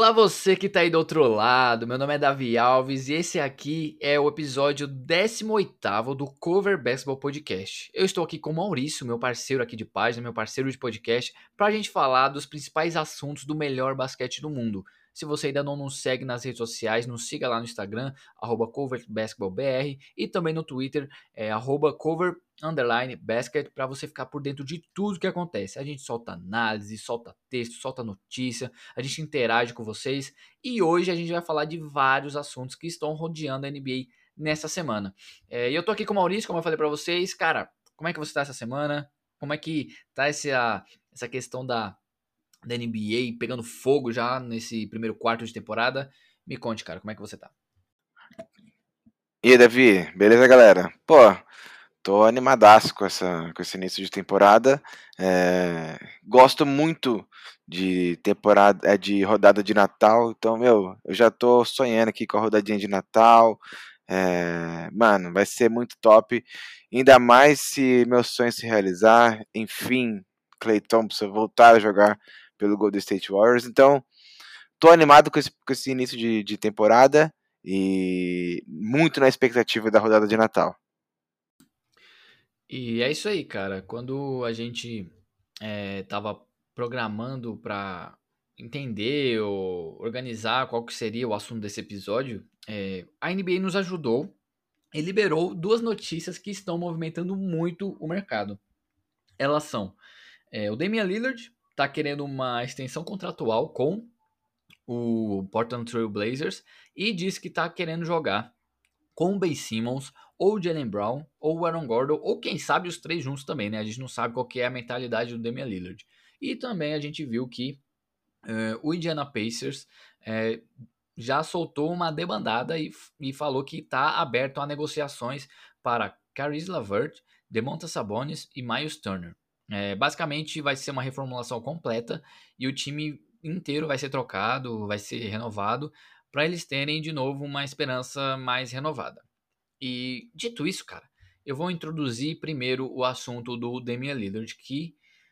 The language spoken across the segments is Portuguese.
Olá você que tá aí do outro lado, meu nome é Davi Alves e esse aqui é o episódio 18º do Cover Basketball Podcast. Eu estou aqui com o Maurício, meu parceiro aqui de página, meu parceiro de podcast, pra gente falar dos principais assuntos do melhor basquete do mundo. Se você ainda não nos segue nas redes sociais, nos siga lá no Instagram, @coverbasketballbr e também no Twitter, @cover_basket, para você ficar por dentro de tudo que acontece. A gente solta análise, solta texto, solta notícia, a gente interage com vocês e hoje a gente vai falar de vários assuntos que estão rodeando a NBA nessa semana. E eu tô aqui com o Maurício, como eu falei pra vocês. Cara, como é que você tá essa semana? Como é que tá essa questão da NBA pegando fogo já nesse primeiro quarto de temporada? Me conte, cara, como é que você tá? E aí, Davi, beleza, galera? Pô, tô animadaço com esse início de temporada. Gosto muito de temporada, de rodada de Natal. Então, eu já tô sonhando aqui com a rodadinha de Natal. Mano, vai ser muito top. Ainda mais se meu sonho se realizar. Enfim, Klay Thompson voltar a jogar pelo Golden State Warriors. Então, tô animado com esse início de temporada e muito na expectativa da rodada de Natal. E é isso aí, cara. Quando a gente tava programando para entender ou organizar qual que seria o assunto desse episódio, a NBA nos ajudou e liberou duas notícias que estão movimentando muito o mercado. Elas são: o Damian Lillard está querendo uma extensão contratual com o Portland Trail Blazers e diz que está querendo jogar com o Ben Simmons, ou o Jaylen Brown, ou o Aaron Gordon, ou quem sabe os três juntos também, né? A gente não sabe qual que é a mentalidade do Damian Lillard. E também a gente viu que o Indiana Pacers já soltou uma debandada e falou que está aberto a negociações para Caris LeVert, Demonta Sabonis e Miles Turner. Basicamente vai ser uma reformulação completa e o time inteiro vai ser trocado, vai ser renovado para eles terem de novo uma esperança mais renovada. E dito isso, cara, eu vou introduzir primeiro o assunto do Damian Lillard, que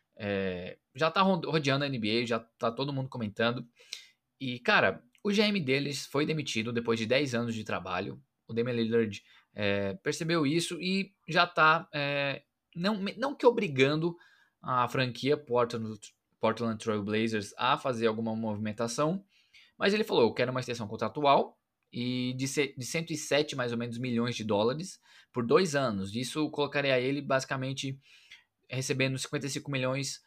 já tá rodeando a NBA, já tá todo mundo comentando. E, cara, o GM deles foi demitido depois de 10 anos de trabalho. O Damian Lillard percebeu isso e já tá, não que obrigando a franquia Portland Trail Blazers a fazer alguma movimentação, mas ele falou: eu quero uma extensão contratual e de 107 mais ou menos milhões de dólares por 2 anos. Isso colocaria ele basicamente recebendo 55 milhões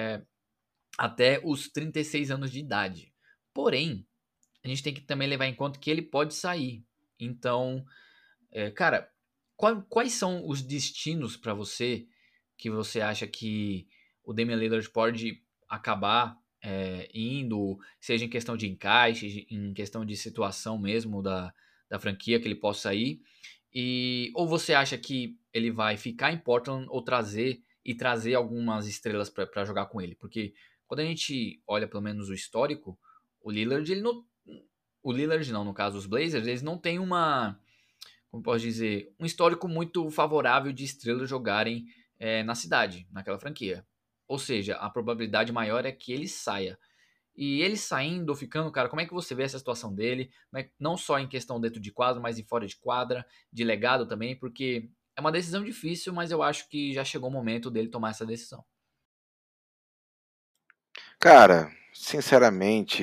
até os 36 anos de idade. Porém, a gente tem que também levar em conta que ele pode sair. Então, cara, quais são os destinos para você que você acha que o Damian Lillard pode acabar indo, seja em questão de encaixe, em questão de situação mesmo da franquia que ele possa ir? Ou você acha que ele vai ficar em Portland ou trazer algumas estrelas para jogar com ele? Porque quando a gente olha pelo menos o histórico, o Lillard, ele não. O Lillard não, no caso, os Blazers, eles não têm como posso dizer, um histórico muito favorável de estrelas jogarem na cidade, naquela franquia. Ou seja, a probabilidade maior é que ele saia. E ele saindo ou ficando, cara, como é que você vê essa situação dele? Não só em questão dentro de quadra, mas em fora de quadra, de legado também, porque é uma decisão difícil, mas eu acho que já chegou o momento dele tomar essa decisão. Cara, sinceramente,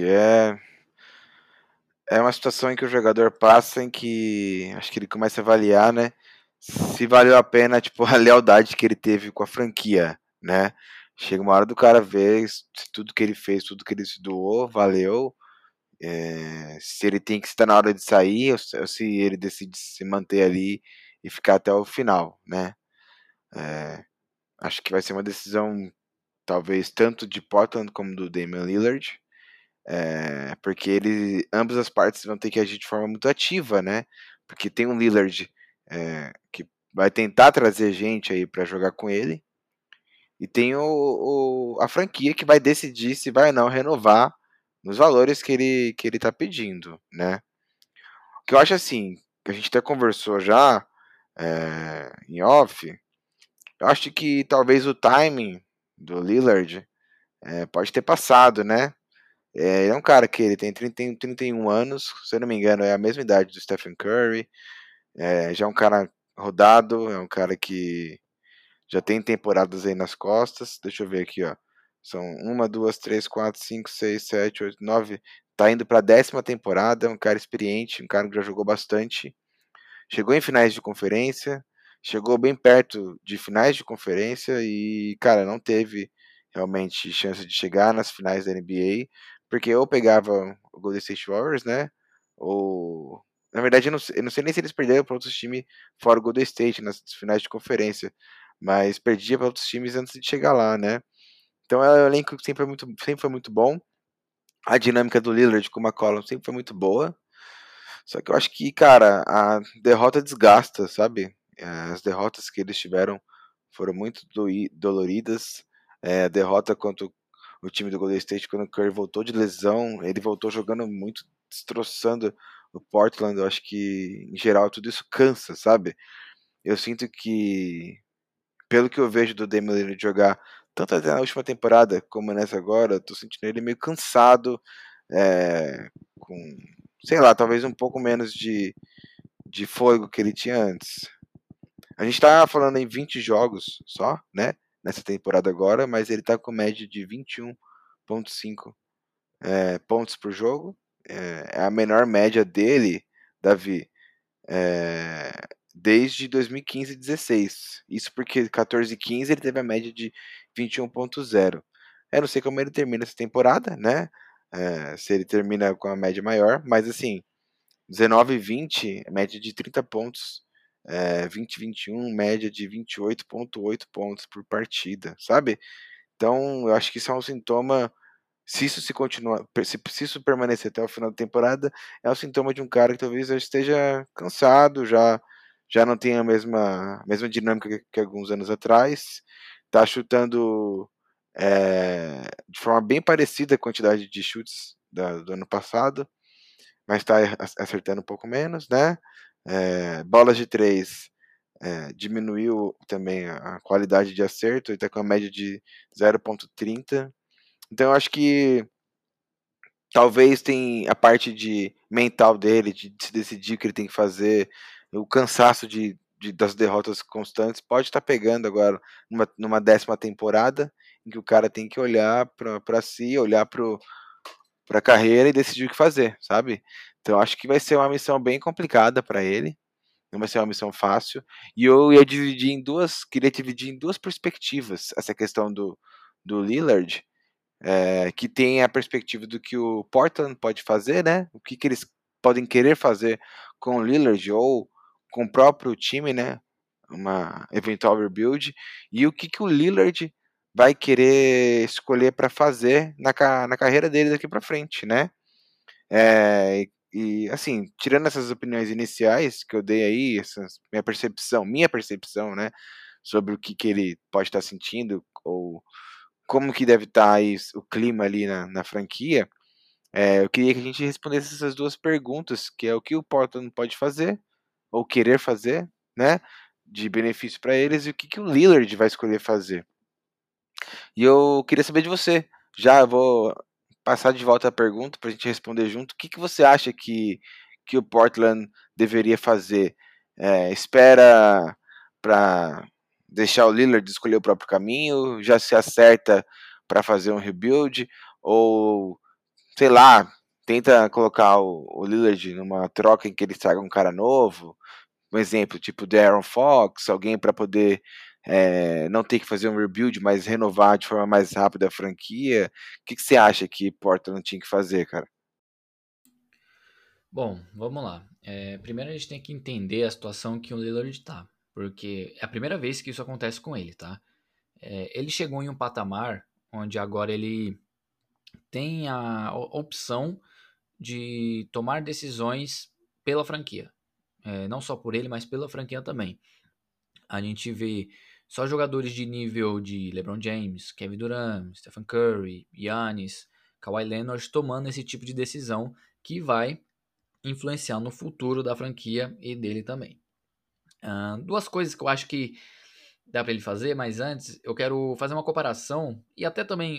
é uma situação em que o jogador passa em que acho que ele começa a avaliar, né, se valeu a pena, tipo, a lealdade que ele teve com a franquia, né? Chega uma hora do cara ver se tudo que ele fez, tudo que ele se doou, valeu, se ele tem que estar na hora de sair ou se ele decide se manter ali e ficar até o final, né? Acho que vai ser uma decisão talvez tanto de Portland como do Damian Lillard, porque ambas as partes vão ter que agir de forma muito ativa, né? Porque tem um Lillard que vai tentar trazer gente aí para jogar com ele, e tem a franquia que vai decidir se vai ou não renovar nos valores que ele tá pedindo, né? O que eu acho assim, que a gente até conversou já em off, eu acho que talvez o timing do Lillard pode ter passado, né? Ele é um cara que ele tem 31 anos, se eu não me engano, é a mesma idade do Stephen Curry. Já é um cara rodado, é um cara que já tem temporadas aí nas costas. Deixa eu ver aqui, ó. São uma, duas, três, quatro, cinco, seis, sete, oito, nove. Tá indo pra 10ª temporada. Um cara experiente, um cara que já jogou bastante. Chegou em finais de conferência, chegou bem perto de finais de conferência e, cara, não teve realmente chance de chegar nas finais da NBA, porque ou pegava o Golden State Warriors, né? Ou. Na verdade, eu não sei nem se eles perderam para outros times fora o Golden State nas finais de conferência, mas perdia para outros times antes de chegar lá, né? Então o elenco sempre foi muito bom. A dinâmica do Lillard com o McCollum sempre foi muito boa. Só que eu acho que, cara, a derrota desgasta, sabe? As derrotas que eles tiveram foram muito doloridas. A derrota contra o time do Golden State, quando o Curry voltou de lesão, ele voltou jogando muito, destroçando o Portland. Eu acho que, em geral, tudo isso cansa, sabe? Eu sinto que, pelo que eu vejo do Damian Lillard jogar, tanto até na última temporada como nessa agora, eu tô sentindo ele meio cansado, com, sei lá, talvez um pouco menos de fôlego que ele tinha antes. A gente tá falando em 20 jogos só, né? Nessa temporada agora, mas ele tá com média de 21,5 pontos por jogo. É a menor média dele, Davi, é, desde 2015 e 16. Isso porque 14 e 15 ele teve a média de 21,0. Eu não sei como ele termina essa temporada, né? Se ele termina com a média maior, mas assim, 19 e 20, média de 30 pontos. 20 e 21, média de 28,8 pontos por partida, sabe? Então, eu acho que isso é um sintoma. Se isso se continuar, se isso permanecer até o final da temporada, é um sintoma de um cara que talvez já esteja cansado, já não tenha a mesma dinâmica que alguns anos atrás, tá chutando de forma bem parecida a quantidade de chutes do ano passado, mas está acertando um pouco menos, né? Bolas de três diminuiu também a qualidade de acerto, ele está com a média de 0,30. Então eu acho que talvez tem a parte de mental dele, de se decidir o que ele tem que fazer, o cansaço das derrotas constantes, pode estar pegando agora numa 10ª temporada, em que o cara tem que olhar para si, olhar para a carreira e decidir o que fazer, sabe? Então acho que vai ser uma missão bem complicada para ele, não vai ser uma missão fácil. E eu queria dividir em duas perspectivas essa questão do Lillard, que tem a perspectiva do que o Portland pode fazer, né? O que eles podem querer fazer com o Lillard ou com o próprio time, né? Uma eventual rebuild, e o que o Lillard vai querer escolher para fazer na carreira dele daqui para frente, né? E assim, tirando essas opiniões iniciais que eu dei aí, minha percepção, né, sobre o que ele pode estar sentindo ou como que deve estar aí o clima ali na franquia, eu queria que a gente respondesse essas duas perguntas, que é o que o Portland pode fazer ou querer fazer, né, de benefício para eles, e o que o Lillard vai escolher fazer. E eu queria saber de você. Já vou passar de volta a pergunta para a gente responder junto. O que você acha que o Portland deveria fazer? Espera para deixar o Lillard escolher o próprio caminho? Já se acerta para fazer um rebuild? Ou, sei lá, tenta colocar o Lillard numa troca em que ele traga um cara novo? Um exemplo, tipo De'Aaron Fox, alguém para poder não ter que fazer um rebuild, mas renovar de forma mais rápida a franquia. O que você acha que Portland tinha que fazer, cara? Bom, vamos lá. Primeiro a gente tem que entender a situação que o Lillard tá, porque é a primeira vez que isso acontece com ele, tá? Ele chegou em um patamar onde agora ele tem a opção de tomar decisões pela franquia. Não só por ele, mas pela franquia também. A gente vê só jogadores de nível de LeBron James, Kevin Durant, Stephen Curry, Giannis, Kawhi Leonard tomando esse tipo de decisão que vai influenciar no futuro da franquia e dele também. Duas coisas que eu acho que dá para ele fazer, mas antes eu quero fazer uma comparação e até também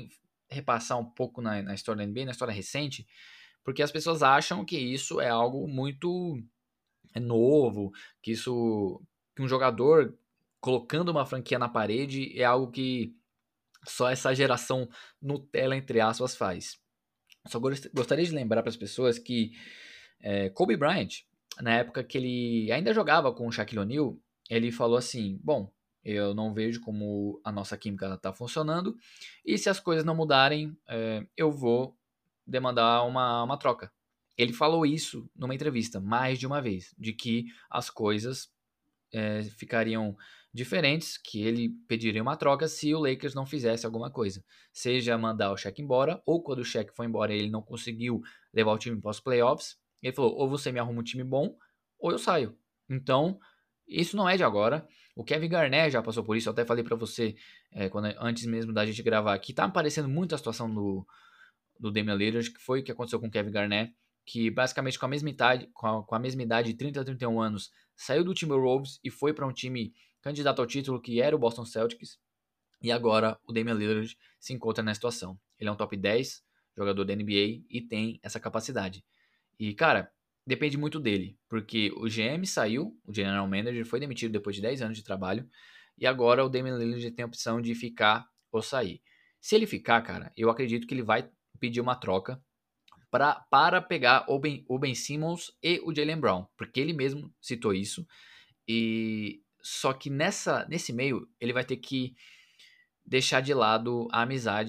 repassar um pouco na história da NBA, na história recente, porque as pessoas acham que isso é algo muito novo, que um jogador colocando uma franquia na parede é algo que só essa geração Nutella, entre aspas, faz. Só gostaria de lembrar para as pessoas que Kobe Bryant, na época que ele ainda jogava com o Shaquille O'Neal, ele falou assim: bom, eu não vejo como a nossa química está funcionando, e se as coisas não mudarem, eu vou demandar uma troca. Ele falou isso numa entrevista mais de uma vez, de que as coisas ficariam diferentes, que ele pediria uma troca se o Lakers não fizesse alguma coisa. Seja mandar o Shaq embora, ou quando o Shaq foi embora ele não conseguiu levar o time para os playoffs, ele falou, ou você me arruma um time bom, ou eu saio. Então, isso não é de agora. O Kevin Garnett já passou por isso, eu até falei para você, antes mesmo da gente gravar aqui, tá aparecendo muito a situação do Damian Lillard, que foi o que aconteceu com o Kevin Garnett, que basicamente com a mesma idade, com a mesma idade de 30 a 31 anos, saiu do Timberwolves e foi para um time candidato ao título, que era o Boston Celtics, e agora o Damian Lillard se encontra nessa situação. Ele é um top 10 jogador da NBA e tem essa capacidade. E, cara, depende muito dele, porque o GM saiu, o General Manager foi demitido depois de 10 anos de trabalho, e agora o Damian Lillard tem a opção de ficar ou sair. Se ele ficar, cara, eu acredito que ele vai pedir uma troca para pegar o Ben Simmons e o Jaylen Brown, porque ele mesmo citou isso. E só que nesse meio ele vai ter que deixar de lado a amizade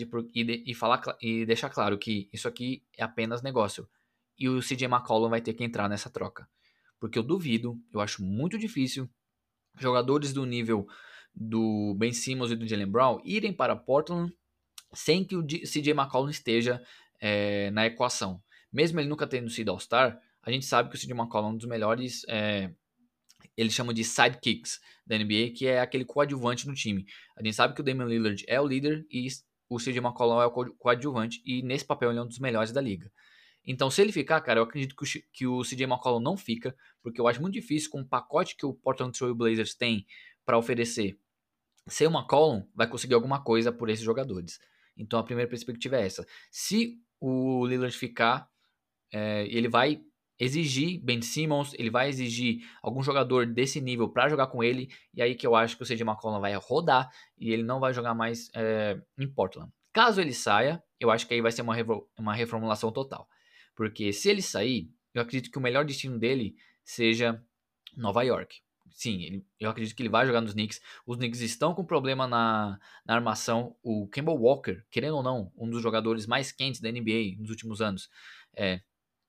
e deixar claro que isso aqui é apenas negócio. E o CJ McCollum vai ter que entrar nessa troca. Porque eu duvido, eu acho muito difícil jogadores do nível do Ben Simmons e do Jaylen Brown irem para Portland sem que o CJ McCollum esteja na equação. Mesmo ele nunca tendo sido All-Star, a gente sabe que o CJ McCollum é um dos melhores, eles chamam de sidekicks da NBA, que é aquele coadjuvante no time. A gente sabe que o Damian Lillard é o líder e o CJ McCollum é o coadjuvante, e nesse papel ele é um dos melhores da liga. Então, se ele ficar, cara, eu acredito que o CJ McCollum não fica, porque eu acho muito difícil com o pacote que o Portland Trail Blazers tem para oferecer. Ser o McCollum vai conseguir alguma coisa por esses jogadores. Então, a primeira perspectiva é essa. Se o Lillard ficar, ele vai exigir Ben Simmons, ele vai exigir algum jogador desse nível para jogar com ele, e aí que eu acho que o CJ McCollum vai rodar e ele não vai jogar mais em Portland. Caso ele saia, eu acho que aí vai ser uma reformulação total. Porque se ele sair, eu acredito que o melhor destino dele seja Nova York. Sim, eu acredito que ele vai jogar nos Knicks. Os Knicks estão com problema na armação. O Kemba Walker, querendo ou não, um dos jogadores mais quentes da NBA nos últimos anos, é,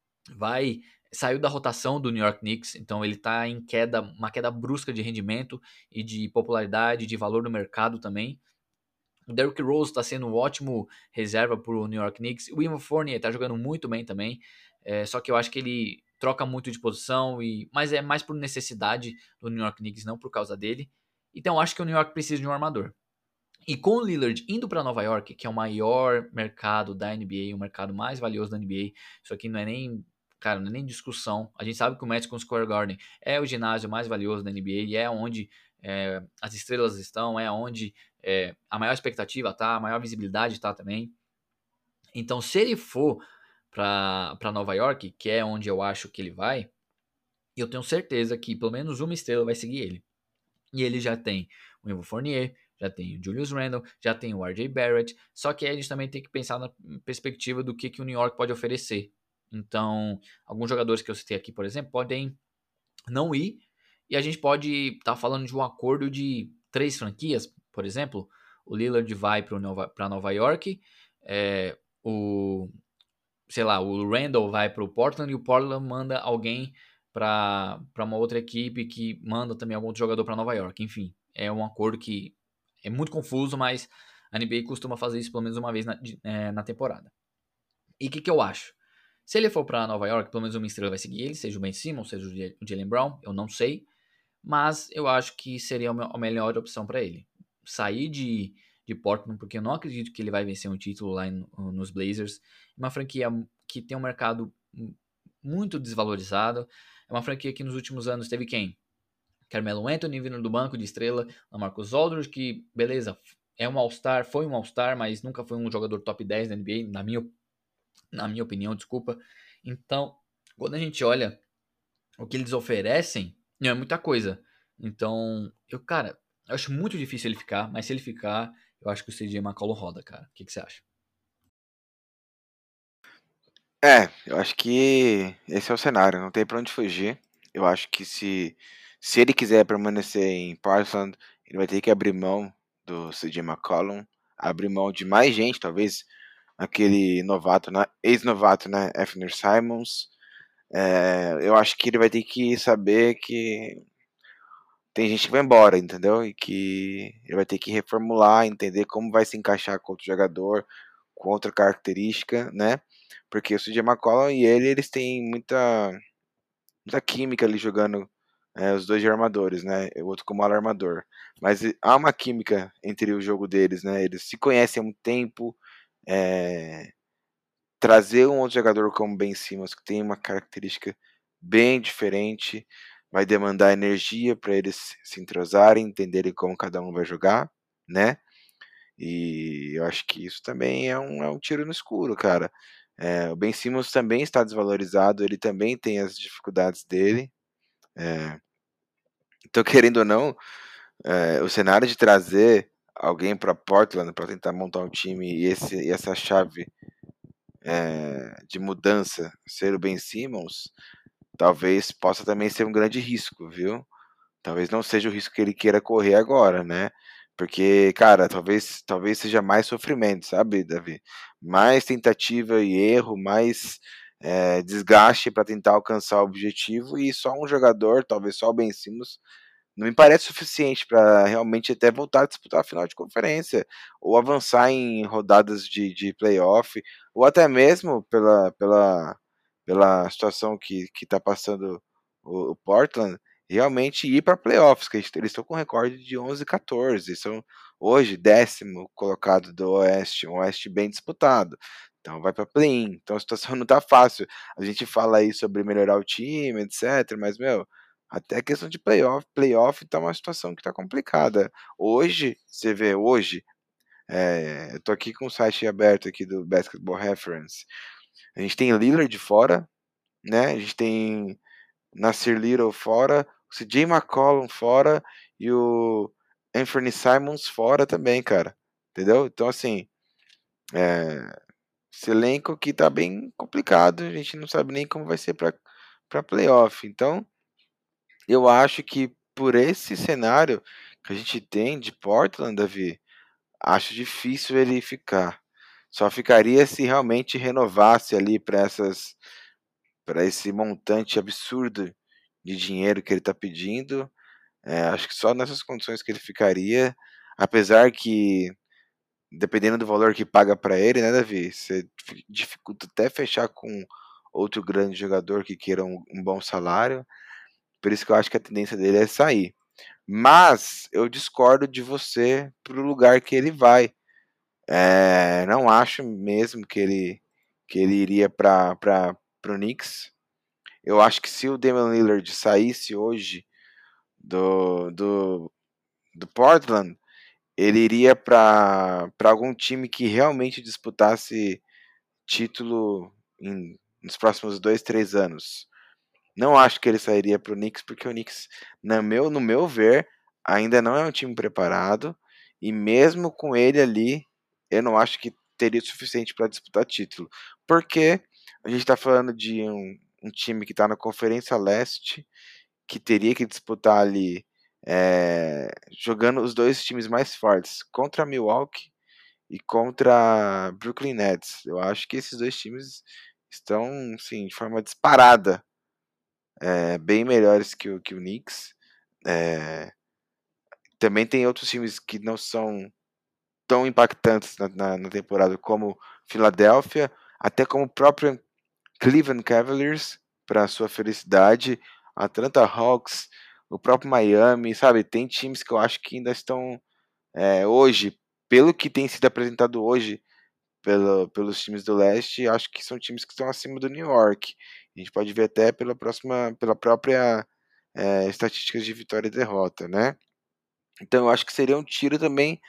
saiu da rotação do New York Knicks, então ele está em uma queda brusca de rendimento e de popularidade, de valor no mercado também. O Derrick Rose está sendo um ótimo reserva para o New York Knicks. O Evan Fournier está jogando muito bem também, só que eu acho que ele troca muito de posição, mas é mais por necessidade do New York Knicks, não por causa dele. Então eu acho que o New York precisa de um armador. E com o Lillard indo para Nova York, que é o maior mercado da NBA, o mercado mais valioso da NBA, isso aqui não é nem, cara, não é nem discussão. A gente sabe que o Madison Square Garden é o ginásio mais valioso da NBA e é onde as estrelas estão, é onde a maior expectativa tá, a maior visibilidade tá também. Então, se ele for para Nova York, que é onde eu acho que ele vai, eu tenho certeza que pelo menos uma estrela vai seguir ele. E ele já tem o Evan Fournier, já tem o Julius Randle, já tem o RJ Barrett. Só que aí a gente também tem que pensar na perspectiva do que o New York pode oferecer. Então, alguns jogadores que eu citei aqui, por exemplo, podem não ir. E a gente pode estar falando de um acordo de 3 franquias, por exemplo. O Lillard vai para Nova York, o, sei lá, o Randle vai para o Portland e o Portland manda alguém para uma outra equipe que manda também algum outro jogador para Nova York. Enfim, é um acordo que é muito confuso, mas a NBA costuma fazer isso pelo menos uma vez na temporada. E o que eu acho? Se ele for para Nova York, pelo menos uma estrela vai seguir ele, seja o Ben Simmons, seja o Jaylen Brown, eu não sei, mas eu acho que seria a melhor opção para ele. Sair de Portland, porque eu não acredito que ele vai vencer um título lá nos Blazers. Uma franquia que tem um mercado muito desvalorizado. É uma franquia que nos últimos anos teve quem? Carmelo Anthony vindo do banco de estrela, Lamarcus Aldridge, que beleza, é um All-Star, foi um All-Star, mas nunca foi um jogador top 10 da NBA, na minha opinião, desculpa. Então, quando a gente olha o que eles oferecem, não é muita coisa. Então, cara, eu acho muito difícil ele ficar, mas se ele ficar, eu acho que o CJ McCollum roda, cara. O que você acha? Eu acho que esse é o cenário, não tem pra onde fugir. Eu acho que se ele quiser permanecer em Portland, ele vai ter que abrir mão do CJ McCollum, abrir mão de mais gente, talvez aquele novato, né, ex-novato, né, Anthony Simons. Eu acho que ele vai ter que saber que tem gente que vai embora, entendeu? E que ele vai ter que reformular, entender como vai se encaixar com outro jogador, com outra característica, né? Porque o CJ McCollum e ele, eles têm muita química ali jogando, os dois de armadores, né? O outro como armador. Mas há uma química entre o jogo deles, né? Eles se conhecem há muito tempo. é, Trazer um outro jogador como Ben Simmons, que tem uma característica bem diferente, vai demandar energia para eles se entrosarem, entenderem como cada um vai jogar, né? E eu acho que isso também é um tiro no escuro, cara. O Ben Simmons também está desvalorizado, ele também tem as dificuldades dele. É, então, querendo ou não, o cenário de trazer alguém para Portland para tentar montar um time e essa chave de mudança ser o Ben Simmons, talvez possa também ser um grande risco, viu? Talvez não seja o risco que ele queira correr agora, né? Porque, cara, talvez seja mais sofrimento, sabe, Davi? Mais tentativa e erro, mais desgaste para tentar alcançar o objetivo e só um jogador, talvez só o Ben Simmons, não me parece suficiente para realmente até voltar a disputar a final de conferência, ou avançar em rodadas de playoff, ou até mesmo pela situação que está passando o Portland, realmente ir para playoffs, que eles estão com um recorde de 11-14, são hoje 10º colocado do Oeste, um Oeste bem disputado. Então vai para play-in. Então a situação não tá fácil. A gente fala aí sobre melhorar o time, etc, mas meu, até a questão de playoff tá uma situação que tá complicada. Hoje, você vê, hoje, eu tô aqui com o site aberto aqui do Basketball Reference. A gente tem Lillard de fora, né? A gente tem Nasir Little fora, o CJ McCollum fora e o Anthony Simons fora também, cara. Entendeu? Então, assim, esse elenco aqui tá bem complicado. A gente não sabe nem como vai ser para playoff. Então, eu acho que por esse cenário que a gente tem de Portland, Davi, acho difícil ele ficar. Só ficaria se realmente renovasse ali para esse montante absurdo de dinheiro que ele está pedindo. Acho que só nessas condições que ele ficaria, apesar que dependendo do valor que paga para ele, né, Davi, você dificulta até fechar com outro grande jogador que queira um bom salário. Por isso que eu acho que a tendência dele é sair. Mas eu discordo de você pro lugar que ele vai. Não acho mesmo que ele iria para o Knicks. Eu acho que se o Damian Lillard saísse hoje do Portland, ele iria para algum time que realmente disputasse título nos próximos 2, 3 anos. Não acho que ele sairia para o Knicks, porque o Knicks, no meu ver, ainda não é um time preparado. E mesmo com ele ali, eu não acho que teria o suficiente para disputar título. Porque a gente está falando de um time que está na Conferência Leste, que teria que disputar ali, jogando os dois times mais fortes contra Milwaukee e contra Brooklyn Nets. Eu acho que esses dois times estão, sim, de forma disparada bem melhores que o Knicks. É, Também tem outros times que não são tão impactantes na temporada como Philadelphia, até como o próprio Cleveland Cavaliers, para sua felicidade, Atlanta Hawks, o próprio Miami, sabe? Tem times que eu acho que ainda estão hoje, pelo que tem sido apresentado hoje pelos times do leste, acho que são times que estão acima do New York. A gente pode ver até pela própria estatísticas de vitória e derrota, né? Então eu acho que seria um tiro também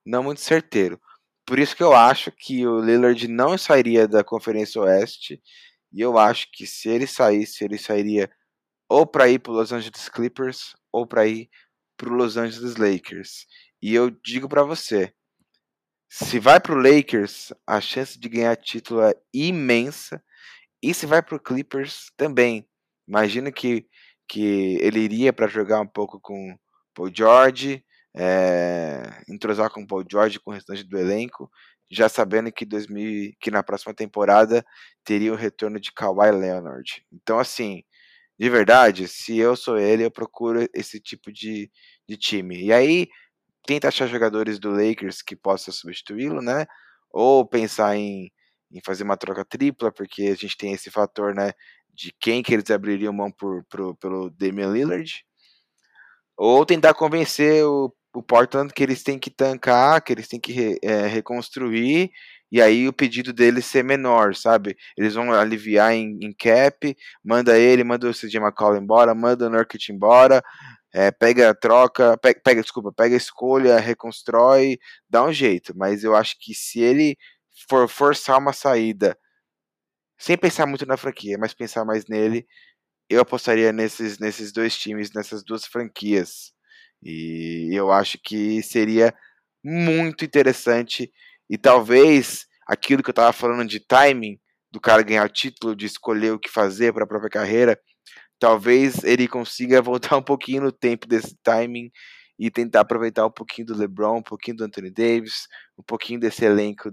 não muito certeiro. Por isso que eu acho que o Lillard não sairia da Conferência Oeste, e eu acho que se ele saísse, ele sairia ou para ir para Los Angeles Clippers ou para ir para o Los Angeles Lakers. E eu digo para você, se vai para o Lakers, a chance de ganhar título é imensa. E se vai para o Clippers também. Imagino que ele iria para jogar um pouco com Paul George, entrosar com Paul George, com o restante do elenco, já sabendo que na próxima temporada teria o retorno de Kawhi Leonard. Então, assim, de verdade, se eu sou ele, eu procuro esse tipo de time. E aí, tenta achar jogadores do Lakers que possam substituí-lo, né? Ou pensar em fazer uma troca tripla, porque a gente tem esse fator, né? De quem que eles abririam mão pelo Damian Lillard. Ou tentar convencer o Portland que eles têm que tancar, que eles têm que reconstruir, e aí o pedido deles ser menor, sabe? Eles vão aliviar em cap, manda o CJ McCollum embora, manda o Nurkic embora, pega a troca, pega a escolha, reconstrói, dá um jeito. Mas eu acho que se ele for forçar uma saída, sem pensar muito na franquia, mas pensar mais nele, eu apostaria nesses dois times, nessas duas franquias. E eu acho que seria muito interessante. E talvez aquilo que eu estava falando de timing, do cara ganhar o título, de escolher o que fazer para a própria carreira, talvez ele consiga voltar um pouquinho no tempo desse timing e tentar aproveitar um pouquinho do LeBron, um pouquinho do Anthony Davis, um pouquinho desse elenco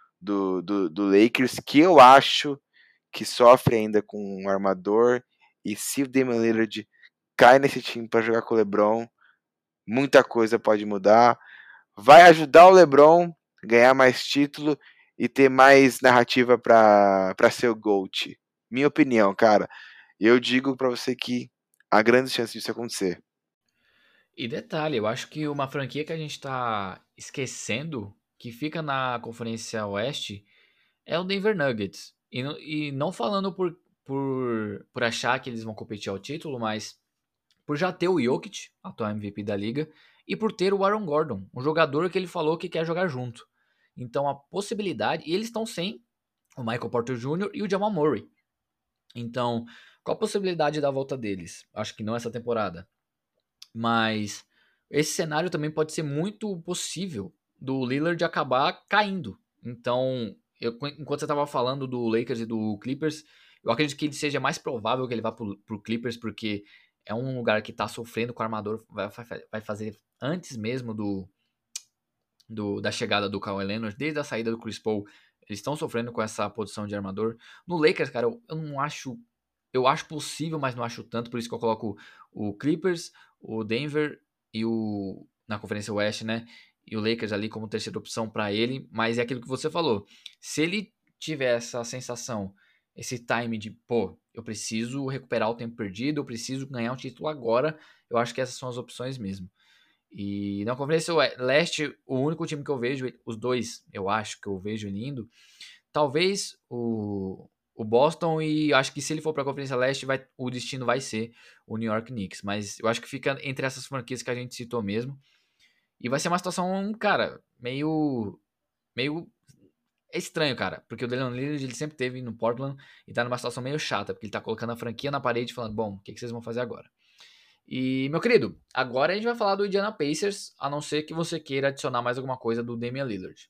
do Lakers, que eu acho que sofre ainda com um armador. E se o Damian Lillard cai nesse time para jogar com o LeBron, muita coisa pode mudar. Vai ajudar o LeBron a ganhar mais título e ter mais narrativa para ser o GOAT. Minha opinião, cara. Eu digo para você que há grandes chances disso acontecer. E detalhe, eu acho que uma franquia que a gente tá esquecendo, que fica na Conferência Oeste, é o Denver Nuggets. E não falando por achar que eles vão competir ao título, mas por já ter o Jokic, atual MVP da liga, e por ter o Aaron Gordon, um jogador que ele falou que quer jogar junto. Então a possibilidade, e eles estão sem o Michael Porter Jr. e o Jamal Murray. Então, qual a possibilidade da volta deles? Acho que não essa temporada. Mas esse cenário também pode ser muito possível do Lillard acabar caindo. Então, enquanto você estava falando do Lakers e do Clippers, eu acredito que ele seja mais provável que ele vá pro Clippers, porque é um lugar que está sofrendo com o armador, vai fazer antes mesmo da chegada do Kawhi Leonard, desde a saída do Chris Paul, eles estão sofrendo com essa posição de armador. No Lakers, cara, eu não acho. Eu acho possível, mas não acho tanto, por isso que eu coloco o Clippers, o Denver e o. Na Conferência Oeste, né? E o Lakers ali como terceira opção para ele, mas é aquilo que você falou. Se ele tiver essa sensação, esse time de, pô, eu preciso recuperar o tempo perdido, eu preciso ganhar um título agora, eu acho que essas são as opções mesmo. E na Conferência Leste, o único time que eu vejo, os dois, eu acho que eu vejo ele indo, talvez o Boston, e acho que se ele for para a Conferência Leste, o destino vai ser o New York Knicks. Mas eu acho que fica entre essas franquias que a gente citou mesmo. E vai ser uma situação, cara, meio é estranho, cara, porque o Damian Lillard ele sempre teve no Portland e tá numa situação meio chata, porque ele tá colocando a franquia na parede falando, bom, o que vocês vão fazer agora? E, meu querido, agora a gente vai falar do Indiana Pacers, a não ser que você queira adicionar mais alguma coisa do Damian Lillard.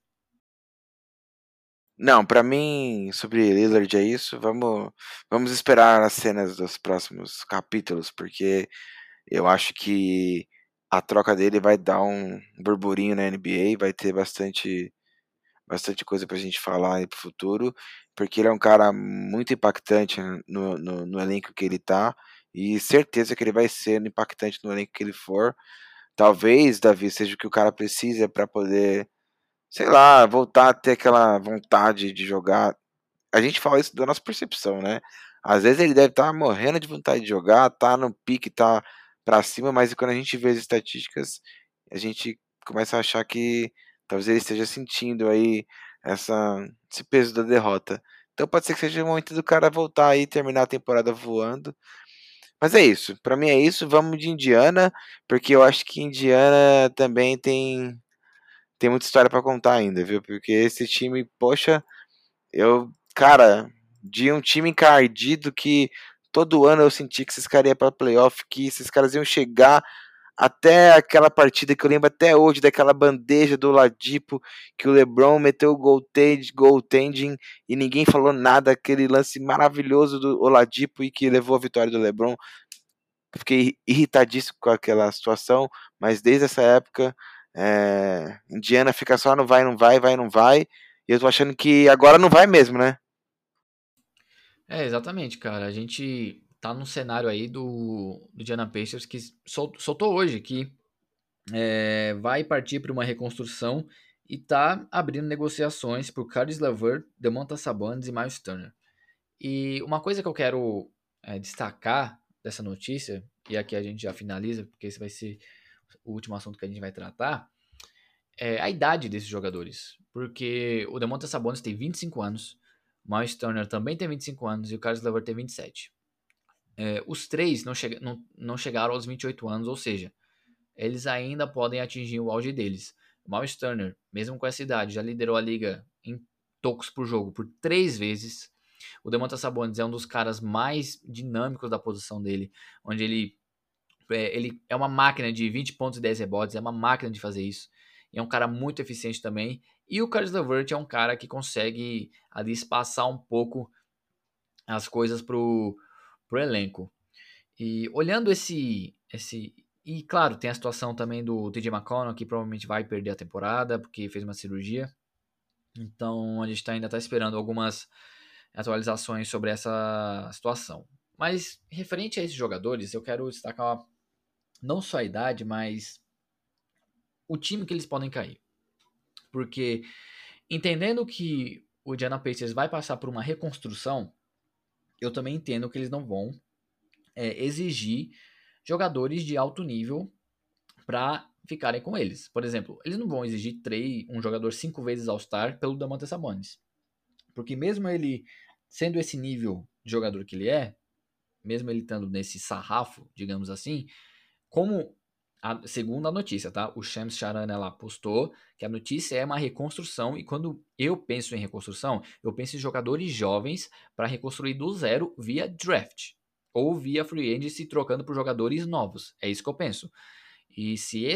Não, para mim, sobre Lillard é isso. Vamos esperar as cenas dos próximos capítulos, porque eu acho que a troca dele vai dar um burburinho na NBA, vai ter bastante coisa pra gente falar aí pro futuro, porque ele é um cara muito impactante no elenco que ele tá, e certeza que ele vai ser impactante no elenco que ele for. Talvez, Davi, seja o que o cara precisa para poder, sei lá, voltar a ter aquela vontade de jogar. A gente fala isso da nossa percepção, né? Às vezes ele deve estar morrendo de vontade de jogar, tá no pique, tá pra cima, mas quando a gente vê as estatísticas, a gente começa a achar que talvez ele esteja sentindo aí esse peso da derrota. Então pode ser que seja o momento do cara voltar aí e terminar a temporada voando. Mas é isso, pra mim é isso. Vamos de Indiana, porque eu acho que Indiana também tem muita história pra contar ainda, viu? Porque esse time, poxa, cara, de um time encardido que todo ano eu senti que esses caras iam pra playoff, que esses caras iam chegar até aquela partida que eu lembro até hoje, daquela bandeja do Oladipo, que o LeBron meteu o goaltending e ninguém falou nada, aquele lance maravilhoso do Oladipo e que levou a vitória do LeBron. Fiquei irritadíssimo com aquela situação, mas desde essa época, Indiana fica só no vai, não vai, vai, não vai, e eu tô achando que agora não vai mesmo, né? Exatamente, cara. A gente tá num cenário aí do Indiana Pacers que soltou hoje que vai partir para uma reconstrução e tá abrindo negociações por Caris LeVert, Domantas Sabonis e Miles Turner. E uma coisa que eu quero destacar dessa notícia, e aqui a gente já finaliza, porque esse vai ser o último assunto que a gente vai tratar, é a idade desses jogadores. Porque o Domantas Sabonis tem 25 anos, o Miles Turner também tem 25 anos e o Caris LeVert tem 27. Os três não chegaram aos 28 anos, ou seja, eles ainda podem atingir o auge deles. O Miles Turner, mesmo com essa idade, já liderou a liga em tocos por jogo por 3 vezes. O Domantas Sabonis é um dos caras mais dinâmicos da posição dele, onde ele é uma máquina de 20 pontos e 10 rebotes, é uma máquina de fazer isso. E é um cara muito eficiente também. E o Caris LeVert é um cara que consegue ali espaçar um pouco as coisas pro elenco. E olhando esse e claro, tem a situação também do TJ McConnell, que provavelmente vai perder a temporada porque fez uma cirurgia. Então a gente ainda está esperando algumas atualizações sobre essa situação. Mas referente a esses jogadores, eu quero destacar não só a idade, mas o time que eles podem cair. Porque entendendo que o Indiana Pacers vai passar por uma reconstrução, eu também entendo que eles não vão exigir jogadores de alto nível para ficarem com eles. Por exemplo, eles não vão exigir um jogador 5 vezes All-Star pelo Domantas Sabonis. Porque mesmo ele sendo esse nível de jogador que ele é, mesmo ele estando nesse sarrafo, digamos assim, como segundo a notícia, tá? O Shams Charania lá postou que a notícia é uma reconstrução e quando eu penso em reconstrução, eu penso em jogadores jovens para reconstruir do zero via draft ou via free agency trocando por jogadores novos. É isso que eu penso. E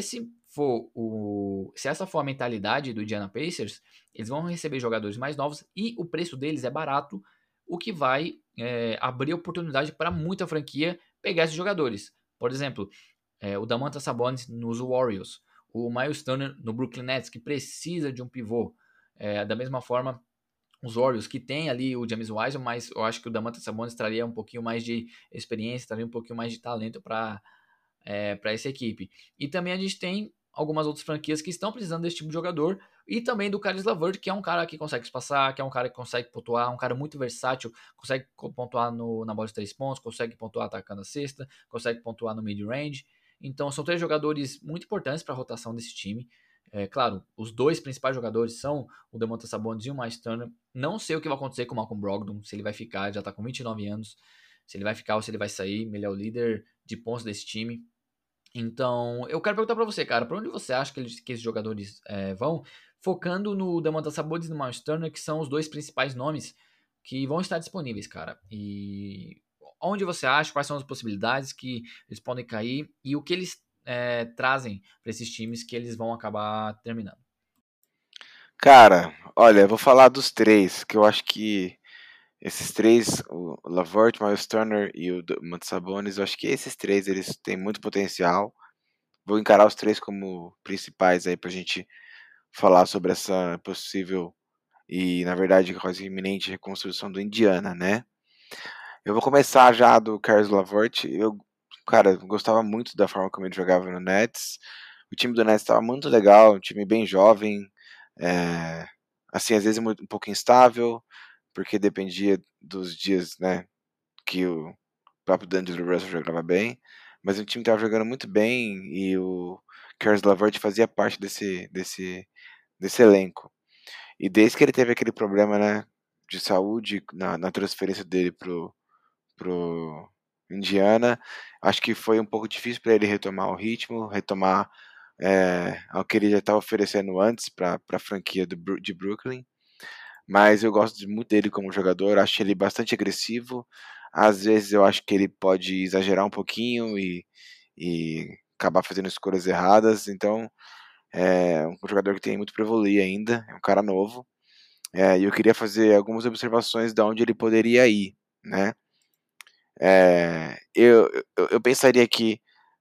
se essa for a mentalidade do Indiana Pacers, eles vão receber jogadores mais novos e o preço deles é barato, o que vai abrir oportunidade para muita franquia pegar esses jogadores. Por exemplo, o Domantas Sabonis nos Warriors, o Miles Turner no Brooklyn Nets, que precisa de um pivô. Da mesma forma, os Warriors, que tem ali o James Wiseman, mas eu acho que o Domantas Sabonis traria um pouquinho mais de experiência, traria um pouquinho mais de talento para essa equipe. E também a gente tem algumas outras franquias que estão precisando desse tipo de jogador e também do Caris LeVert, que é um cara que consegue espaçar, que é um cara que consegue pontuar, um cara muito versátil, consegue pontuar na bola de 3 pontos, consegue pontuar atacando a cesta, consegue pontuar no mid-range. Então são 3 jogadores muito importantes para a rotação desse time. Claro, os 2 principais jogadores são o Domantas Sabonis e o Miles Turner. Não sei o que vai acontecer com o Malcolm Brogdon, se ele vai ficar, já está com 29 anos, se ele vai ficar ou se ele vai sair. Ele é o líder de pontos desse time. Então, eu quero perguntar pra você, cara, pra onde você acha que esses jogadores vão? Focando no Domantas Sabonis e no Miles Turner, que são os 2 principais nomes que vão estar disponíveis, cara. E onde você acha, quais são as possibilidades que eles podem cair e o que eles trazem pra esses times que eles vão acabar terminando? Cara, olha, eu vou falar dos três, que eu acho que esses três, o LeVert, Miles Turner e o Domantas Sabonis, eu acho que esses três eles têm muito potencial. Vou encarar os três como principais aí pra gente falar sobre essa possível e, na verdade, quase iminente reconstrução do Indiana, né? Eu vou começar já do Caris LeVert. Cara, gostava muito da forma como ele jogava no Nets. O time do Nets estava muito legal, um time bem jovem, é, assim, às vezes um pouco instável, porque dependia dos dias, né, que o próprio D'Angelo Russell jogava bem, mas o time estava jogando muito bem e o Caris LeVert fazia parte desse elenco. E desde que ele teve aquele problema, né, de saúde na transferência dele pro Indiana, acho que foi um pouco difícil para ele retomar o ritmo, retomar ao que ele já estava oferecendo antes para a franquia de Brooklyn. Mas eu gosto muito dele como jogador, acho ele bastante agressivo. Às vezes eu acho que ele pode exagerar um pouquinho e acabar fazendo escolhas erradas. Então, é um jogador que tem muito para evoluir ainda, é um cara novo. E eu queria fazer algumas observações de onde ele poderia ir, né? Eu pensaria que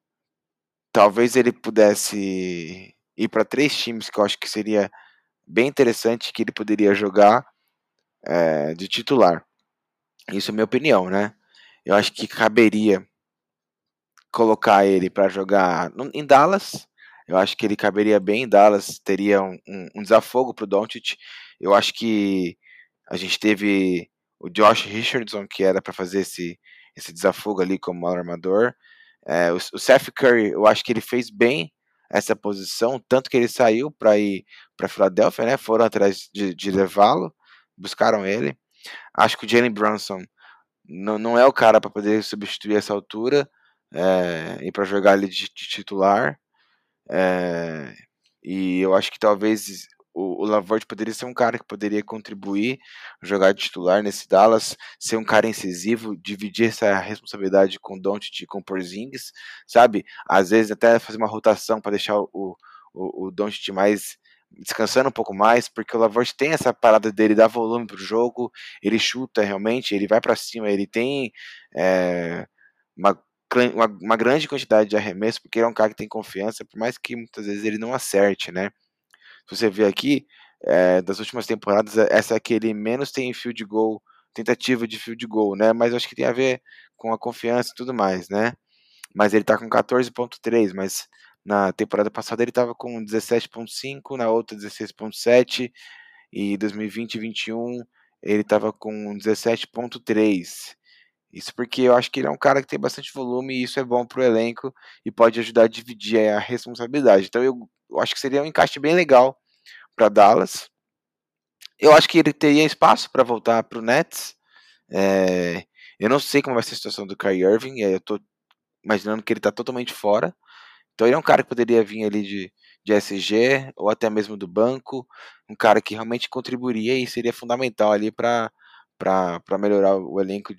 talvez ele pudesse ir para 3 times que eu acho que seria bem interessante que ele poderia jogar de titular. Isso é minha opinião, né? Eu acho que caberia colocar ele para jogar em Dallas. Eu acho que ele caberia bem em Dallas, teria um desafogo para o Doncic. Eu acho que a gente teve o Josh Richardson, que era para fazer esse desafogo ali como armador. O Seth Curry, eu acho que ele fez bem essa posição, tanto que ele saiu para ir para Filadélfia, né? Foram atrás de levá-lo, buscaram ele. Acho que o Jalen Brunson não é o cara para poder substituir essa altura e para jogar ali de titular. É, e eu acho que talvez o Lavort poderia ser um cara que poderia contribuir, jogar de titular nesse Dallas, ser um cara incisivo, dividir essa responsabilidade com o Doncic e com o Porzingis, sabe? Às vezes até fazer uma rotação para deixar o Doncic mais descansando um pouco mais, porque o Lavort tem essa parada dele dar volume pro jogo, ele chuta realmente, ele vai para cima, ele tem uma uma grande quantidade de arremesso, porque ele é um cara que tem confiança, por mais que muitas vezes ele não acerte, né? Se você ver aqui, das últimas temporadas, essa é que ele menos tem field goal, tentativa de field goal, né? Mas eu acho que tem a ver com a confiança e tudo mais, né? Mas ele tá com 14,3, mas na temporada passada ele tava com 17,5, na outra 16,7, e 2020 e 21 ele tava com 17,3. Isso porque eu acho que ele é um cara que tem bastante volume e isso é bom pro elenco e pode ajudar a dividir a responsabilidade. Então eu acho que seria um encaixe bem legal para Dallas. Eu acho que ele teria espaço para voltar para o Nets. Eu não sei como vai ser a situação do Kyrie Irving, eu tô imaginando que ele está totalmente fora. Então ele é um cara que poderia vir ali de SG ou até mesmo do banco, um cara que realmente contribuiria e seria fundamental ali para melhorar o elenco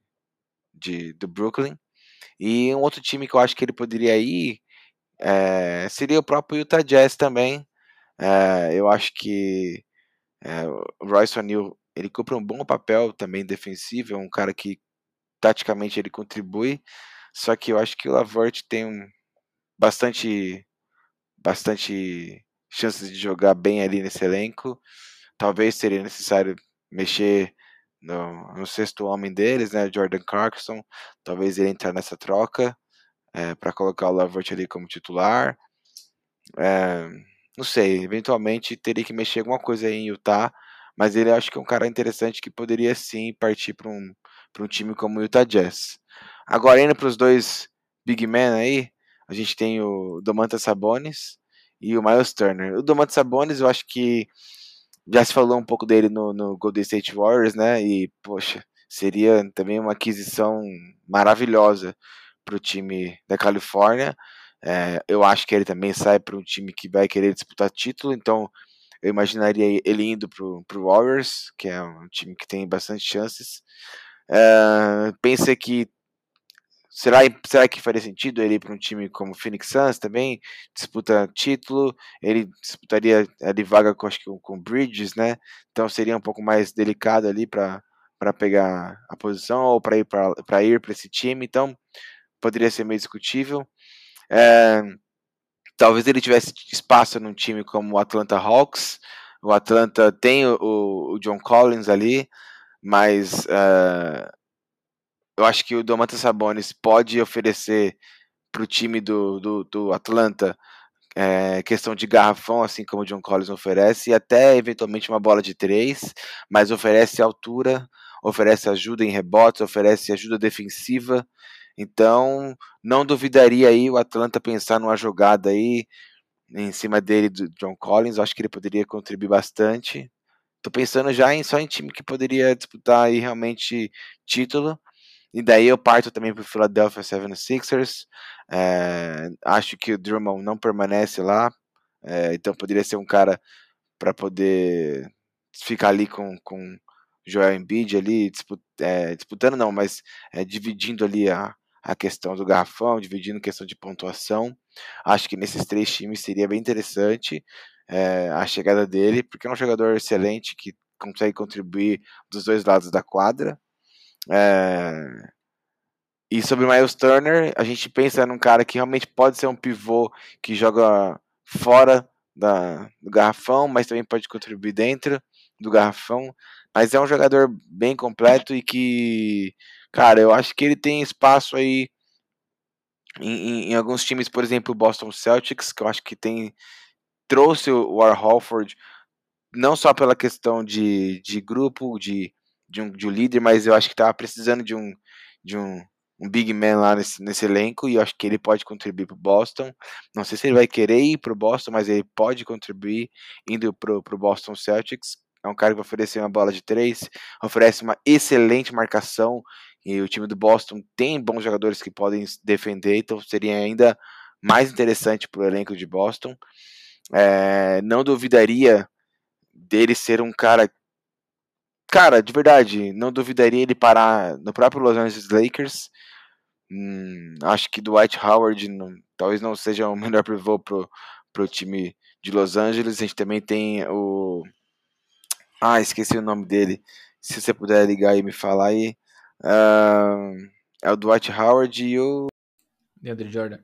do Brooklyn. E um outro time que eu acho que ele poderia ir seria o próprio Utah Jazz também. Eu acho que o Royce O'Neal ele cumpre um bom papel também defensivo, é um cara que taticamente ele contribui, só que eu acho que o Lavert tem bastante, bastante chances de jogar bem ali nesse elenco. Talvez seria necessário mexer no sexto homem deles, né, Jordan Clarkson. Talvez ele entrar nessa troca para colocar o Lavert ali como titular. Não sei, eventualmente teria que mexer alguma coisa aí em Utah, mas ele acho que é um cara interessante que poderia sim partir para um time como o Utah Jazz. Agora, indo para os dois big men aí, a gente tem o Domantas Sabonis e o Miles Turner. O Domantas Sabonis, eu acho que já se falou um pouco dele no Golden State Warriors, né? E, poxa, seria também uma aquisição maravilhosa para o time da Califórnia. Eu acho que ele também sai para um time que vai querer disputar título, então eu imaginaria ele indo para o Warriors, que é um time que tem bastante chances. Pensa que será que faria sentido ele ir para um time como o Phoenix Suns também? Disputa título, ele disputaria ali vaga com, acho que com Bridges, né? Então seria um pouco mais delicado ali para pegar a posição ou para ir para esse time, então poderia ser meio discutível. Talvez ele tivesse espaço num time como o Atlanta Hawks. O Atlanta tem o John Collins ali, mas eu acho que o Domantas Sabonis pode oferecer para o time do Atlanta questão de garrafão, assim como o John Collins oferece, e até eventualmente uma bola de 3, mas oferece altura, oferece ajuda em rebotes, oferece ajuda defensiva. Então, não duvidaria aí o Atlanta pensar numa jogada aí em cima dele do John Collins. Eu acho que ele poderia contribuir bastante. Tô pensando já só em time que poderia disputar aí realmente título. E daí eu parto também para o Philadelphia 76ers. Acho que o Drummond não permanece lá, então poderia ser um cara para poder ficar ali com Joel Embiid ali, disputando não, mas dividindo ali a questão do garrafão, dividindo questão de pontuação. Acho que nesses 3 times seria bem interessante a chegada dele, porque é um jogador excelente que consegue contribuir dos 2 lados da quadra. E sobre o Miles Turner, a gente pensa num cara que realmente pode ser um pivô que joga fora do garrafão, mas também pode contribuir dentro do garrafão. Mas é um jogador bem completo e que, cara, eu acho que ele tem espaço aí em alguns times, por exemplo, o Boston Celtics, que eu acho que trouxe o Al Horford não só pela questão de grupo, de um líder, mas eu acho que estava precisando de um big man lá nesse elenco, e eu acho que ele pode contribuir para o Boston. Não sei se ele vai querer ir para o Boston, mas ele pode contribuir indo para o Boston Celtics. É um cara que vai oferecer uma bola de 3, oferece uma excelente marcação, e o time do Boston tem bons jogadores que podem defender, então seria ainda mais interessante para o elenco de Boston. Não duvidaria dele ser um cara. Cara, de verdade, não duvidaria ele parar no próprio Los Angeles Lakers. Acho que Dwight Howard talvez não seja o melhor pivô pro time de Los Angeles. A gente também tem o. Esqueci o nome dele. Se você puder ligar e me falar aí. É o Dwight Howard e o. DeAndre Jordan.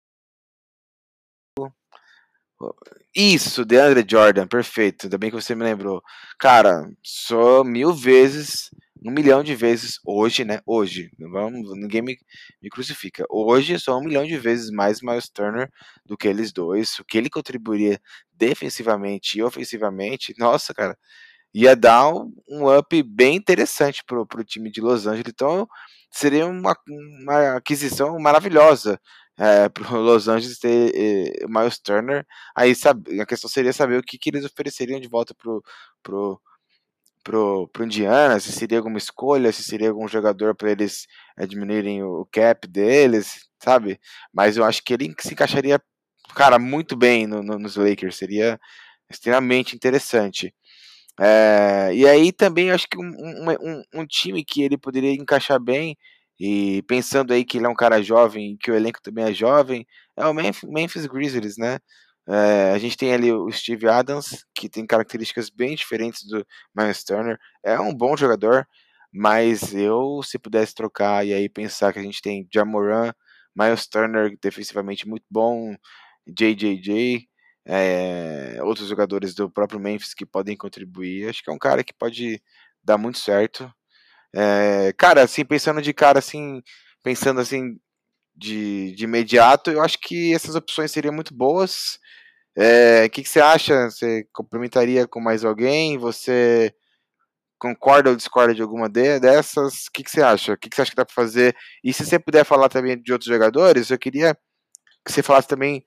Isso, DeAndre Jordan, perfeito. Ainda bem que você me lembrou. Cara, sou 1000 vezes, 1 milhão de vezes hoje, né? Hoje, ninguém me crucifica. Hoje sou 1 milhão de vezes mais Miles Turner do que eles dois. O que ele contribuiria defensivamente e ofensivamente, nossa, cara, ia dar um up bem interessante pro time de Los Angeles. Então, seria uma aquisição maravilhosa para o Los Angeles ter o Miles Turner. Aí a questão seria saber o que eles ofereceriam de volta pro, pro Indiana, se seria alguma escolha, se seria algum jogador para eles diminuírem o cap deles, sabe? Mas eu acho que ele se encaixaria, cara, muito bem nos Lakers. Seria extremamente interessante. E aí também acho que um time que ele poderia encaixar bem, e pensando aí que ele é um cara jovem, que o elenco também é jovem, é o Memphis Grizzlies, né? A gente tem ali o Steve Adams, que tem características bem diferentes do Miles Turner, é um bom jogador, mas eu, se pudesse trocar e aí pensar que a gente tem Ja Morant, Miles Turner defensivamente muito bom, JJJ, outros jogadores do próprio Memphis que podem contribuir. Acho que é um cara que pode dar muito certo. Cara, assim, pensando de cara, assim, pensando assim de imediato, eu acho que essas opções seriam muito boas. O que você acha? Você complementaria com mais alguém? Você concorda ou discorda de alguma dessas? O que você acha? O que você acha que dá para fazer? E se você puder falar também de outros jogadores, eu queria que você falasse também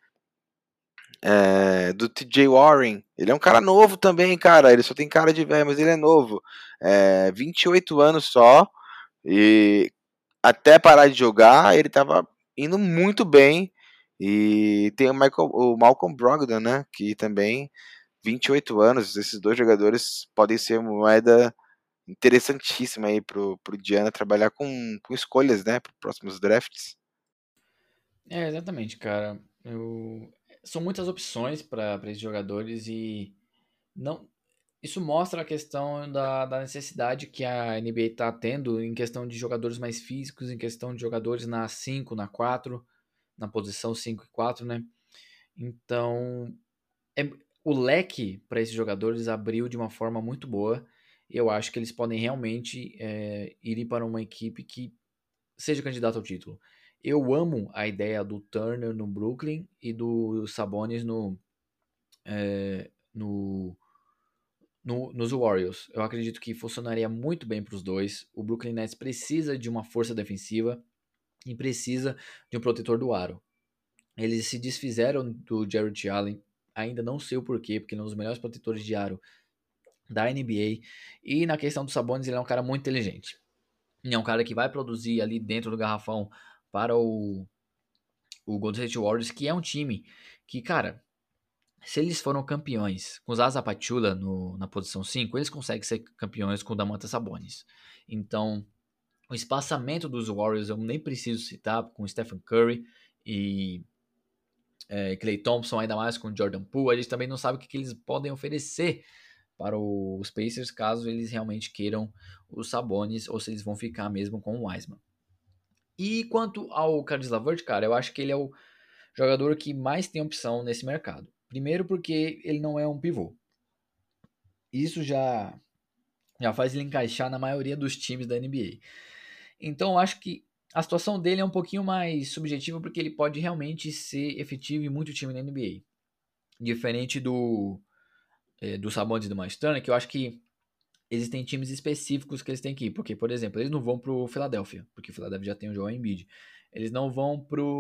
do TJ Warren. Ele é um cara novo também, cara. Ele só tem cara de velho, mas ele é novo. 28 anos só. E até parar de jogar, ele tava indo muito bem. E tem o Malcolm Brogdon, né? Que também, 28 anos. Esses dois jogadores podem ser uma moeda interessantíssima aí pro Diana trabalhar com escolhas, né? Para próximos drafts. Exatamente, cara. São muitas opções para esses jogadores e não. Isso mostra a questão da necessidade que a NBA está tendo em questão de jogadores mais físicos, em questão de jogadores na 5, na 4, na posição 5 e 4, né? Então, é, o leque para esses jogadores abriu de uma forma muito boa. Eu acho que eles podem realmente ir para uma equipe que seja candidata ao título. Eu amo a ideia do Turner no Brooklyn e do Sabonis no, nos Warriors. Eu acredito que funcionaria muito bem para os dois. O Brooklyn Nets precisa de uma força defensiva e precisa de um protetor do aro. Eles se desfizeram do Jarrett Allen, ainda não sei o porquê, porque ele é um dos melhores protetores de aro da NBA. E na questão do Sabonis, ele é um cara muito inteligente. é um cara que vai produzir ali dentro do garrafão para o Golden State Warriors, que é um time que, cara, se eles foram campeões com o Zaza Pachulia na posição 5, eles conseguem ser campeões com o Domantas Sabonis. Então, o espaçamento dos Warriors eu nem preciso citar, com Stephen Curry e Klay Thompson, ainda mais com Jordan Poole. A gente também não sabe o que eles podem oferecer para os Pacers caso eles realmente queiram os Sabonis ou se eles vão ficar mesmo com o Wiseman. E quanto ao Caris LeVert, cara, eu acho que ele é o jogador que mais tem opção nesse mercado. Primeiro porque ele não é um pivô. Isso já faz ele encaixar na maioria dos times da NBA. Então eu acho que a situação dele é um pouquinho mais subjetiva porque ele pode realmente ser efetivo em muito time na NBA. Diferente do Sabonis e do Miles Turner, que eu acho que existem times específicos que eles têm que ir. Porque, por exemplo, eles não vão pro Philadelphia, porque o Philadelphia já tem o Joel Embiid. Eles não vão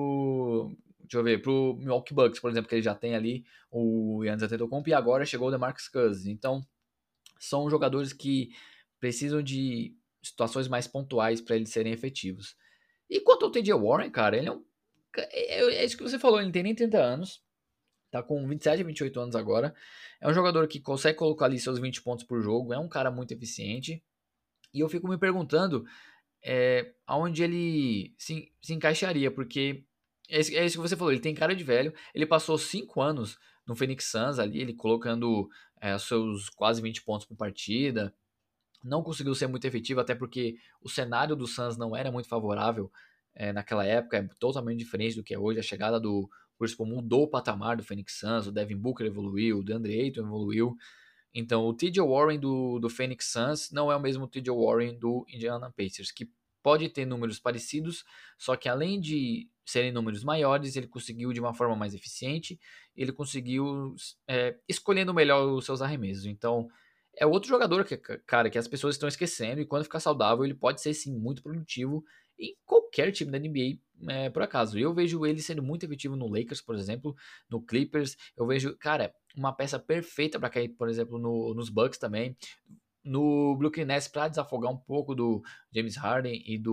pro Milwaukee Bucks, por exemplo, que ele já tem ali o Giannis Antetokounmpo e agora chegou o DeMarcus Cousins. Então, são jogadores que precisam de situações mais pontuais para eles serem efetivos. E quanto ao T.J. Warren, cara, ele é isso que você falou, ele não tem nem 30 anos, tá com 27, 28 anos agora. É um jogador que consegue colocar ali seus 20 pontos por jogo, é um cara muito eficiente. E eu fico me perguntando aonde ele se encaixaria, porque é isso que você falou, ele tem cara de velho, ele passou 5 anos no Phoenix Suns ali, ele colocando seus quase 20 pontos por partida, não conseguiu ser muito efetivo, até porque o cenário do Suns não era muito favorável naquela época, é totalmente diferente do que é hoje. A chegada do Chris Paul mudou o patamar do Phoenix Suns, o Devin Booker evoluiu, o DeAndre Ayton evoluiu. Então, o T.J. Warren do Phoenix Suns não é o mesmo T.J. Warren do Indiana Pacers, que pode ter números parecidos, só que além de serem números maiores, ele conseguiu de uma forma mais eficiente, ele conseguiu escolhendo melhor os seus arremessos. Então, é outro jogador cara, que as pessoas estão esquecendo, e quando ficar saudável, ele pode ser sim muito produtivo em qualquer time da NBA, por acaso. Eu vejo ele sendo muito efetivo no Lakers, por exemplo, no Clippers. Eu vejo, cara, uma peça perfeita para cair, por exemplo, nos Bucks também. No Brooklyn Nets para desafogar um pouco do James Harden e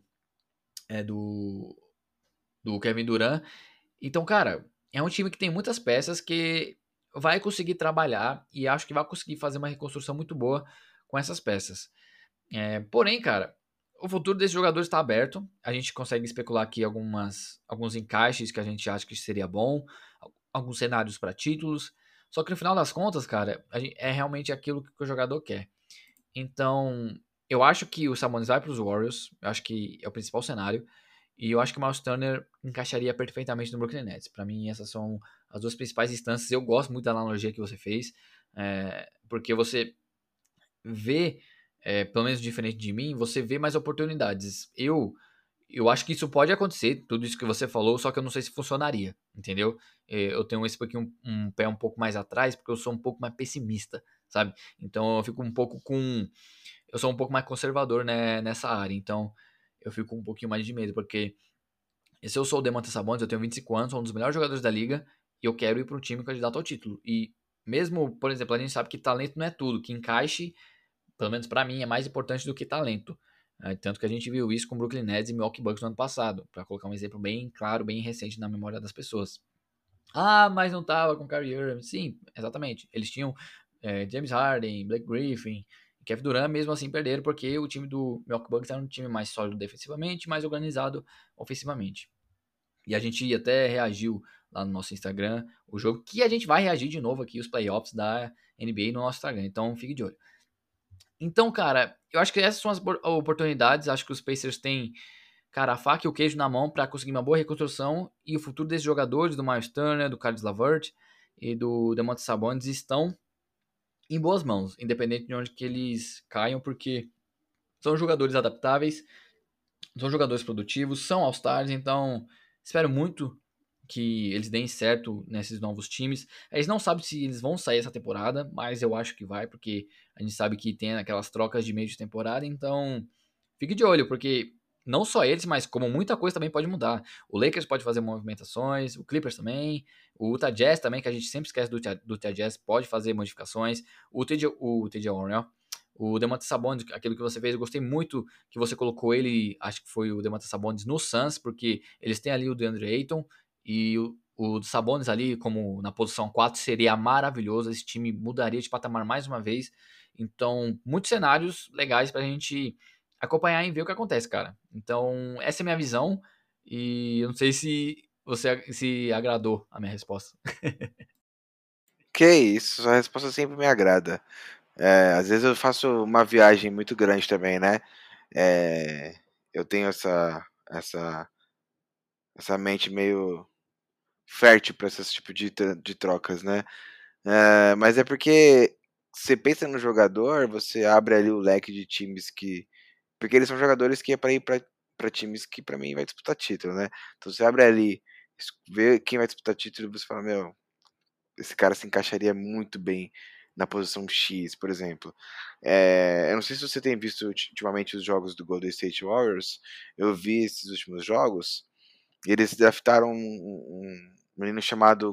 do Kevin Durant. Então, cara, é um time que tem muitas peças que vai conseguir trabalhar e acho que vai conseguir fazer uma reconstrução muito boa com essas peças. Porém, cara, o futuro desses jogadores está aberto. A gente consegue especular aqui alguns encaixes que a gente acha que seria bom, alguns cenários para títulos. Só que no final das contas, cara, é realmente aquilo que o jogador quer. Então, eu acho que o Sabonis vai para os Warriors. Eu acho que é o principal cenário. E eu acho que o Miles Turner encaixaria perfeitamente no Brooklyn Nets. Para mim, essas são as duas principais instâncias. Eu gosto muito da analogia que você fez, porque você vê, pelo menos diferente de mim, você vê mais oportunidades. Eu acho que isso pode acontecer, tudo isso que você falou, só que eu não sei se funcionaria, entendeu? Eu tenho esse aqui um pé um pouco mais atrás, porque eu sou um pouco mais pessimista, sabe? Então eu fico um pouco com. Eu sou um pouco mais conservador, né, nessa área, então eu fico com um pouquinho mais de medo, porque se eu sou o Domantas Sabonis, eu tenho 25 anos, sou um dos melhores jogadores da liga, e eu quero ir para um time candidato ao título. E mesmo, por exemplo, a gente sabe que talento não é tudo, que encaixe, pelo menos para mim, é mais importante do que talento. Tanto que a gente viu isso com o Brooklyn Nets e Milwaukee Bucks no ano passado, para colocar um exemplo bem claro, bem recente na memória das pessoas. Ah, mas não tava com Kyrie Irving. Sim, exatamente. Eles tinham James Harden, Blake Griffin, Kevin Durant, mesmo assim perderam porque o time do Milwaukee Bucks era um time mais sólido defensivamente, mais organizado ofensivamente. E a gente até reagiu lá no nosso Instagram o jogo, que a gente vai reagir de novo aqui, os playoffs da NBA no nosso Instagram, então fique de olho. Então, cara, eu acho que essas são as oportunidades. Acho que os Pacers têm, cara, a faca e o queijo na mão para conseguir uma boa reconstrução. E o futuro desses jogadores, do Miles Turner, do Caris LeVert e do Domantas Sabonis, estão em boas mãos, independente de onde que eles caiam, porque são jogadores adaptáveis, são jogadores produtivos, são All-Stars, então espero muito que eles deem certo nesses novos times. Eles não sabem se eles vão sair essa temporada, mas eu acho que vai, porque a gente sabe que tem aquelas trocas de meio de temporada, então fique de olho, porque não só eles, mas como muita coisa também pode mudar. O Lakers pode fazer movimentações, o Clippers também, o Utah Jazz também, que a gente sempre esquece do Utah Jazz, pode fazer modificações, o TJ Warren, ó. O Domantas Sabonis, aquilo que você fez, eu gostei muito que você colocou ele, acho que foi o Domantas Sabonis no Suns, porque eles têm ali o DeAndre Ayton e o Sabonis ali como na posição 4 seria maravilhoso, esse time mudaria de patamar mais uma vez. Então, muitos cenários legais pra gente acompanhar e ver o que acontece, cara. Então, essa é a minha visão e eu não sei se você se agradou a minha resposta. Que isso, sua resposta sempre me agrada. Às vezes eu faço uma viagem muito grande também, né? Eu tenho essa mente meio fértil para esse tipo de trocas, né? Mas é porque você pensa no jogador, você abre ali o leque de times que. Porque eles são jogadores que é para ir para times que para mim vai disputar título, né? Então você abre ali, vê quem vai disputar título e você fala, meu, esse cara se encaixaria muito bem na posição X, por exemplo. Eu não sei se você tem visto ultimamente os jogos do Golden State Warriors. Eu vi esses últimos jogos e eles draftaram um menino chamado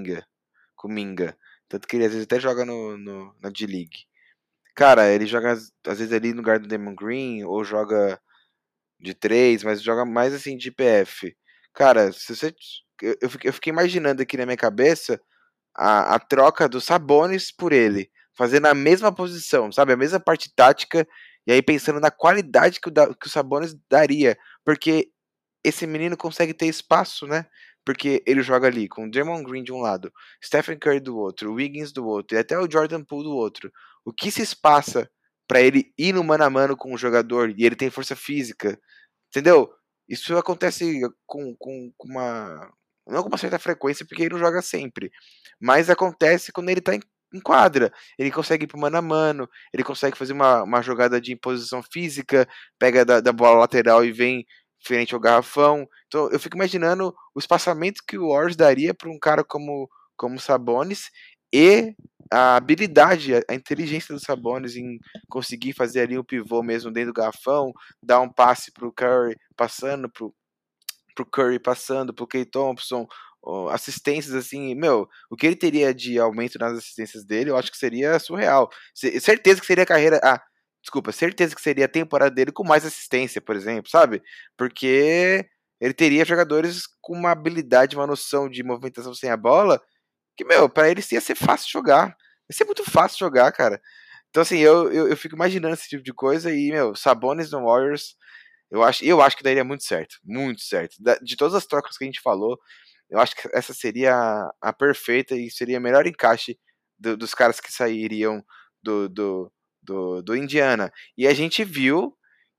Kuminga. Tanto que ele às vezes até joga na D-League. Cara, ele joga às vezes ali no lugar do Damon Green, ou joga de 3, mas joga mais assim de PF. Cara, se você. Eu fiquei imaginando aqui na minha cabeça a troca do Sabonis por ele, fazendo a mesma posição, sabe? A mesma parte tática, e aí pensando na qualidade que o Sabonis daria, porque esse menino consegue ter espaço, né? Porque ele joga ali com o Draymond Green de um lado, Stephen Curry do outro, o Wiggins do outro, e até o Jordan Poole do outro. O que se passa para ele ir no mano a mano com o jogador e ele tem força física, entendeu? Isso acontece com uma. Não com uma certa frequência, porque ele não joga sempre. Mas acontece quando ele tá em quadra. Ele consegue ir pro mano a mano, ele consegue fazer uma jogada de imposição física, pega da bola lateral e vem frente ao garrafão. Então eu fico imaginando o espaçamento que o Warriors daria para um cara como Sabonis e a habilidade, a inteligência do Sabonis em conseguir fazer ali o pivô mesmo dentro do garrafão, dar um passe pro Curry passando pro Curry passando, pro Klay Thompson, assistências assim, meu, o que ele teria de aumento nas assistências dele, eu acho que seria surreal. Certeza que seria a carreira, desculpa, certeza que seria a temporada dele com mais assistência, por exemplo, sabe? Porque ele teria jogadores com uma habilidade, uma noção de movimentação sem a bola, que, meu, pra ele ia ser fácil jogar. Ia ser muito fácil jogar, cara. Então, assim, eu fico imaginando esse tipo de coisa e, meu, Sabonis no Warriors, eu acho que daria muito certo. Muito certo. De todas as trocas que a gente falou, eu acho que essa seria a perfeita e seria o melhor encaixe dos caras que sairiam do, do, do Indiana. E a gente viu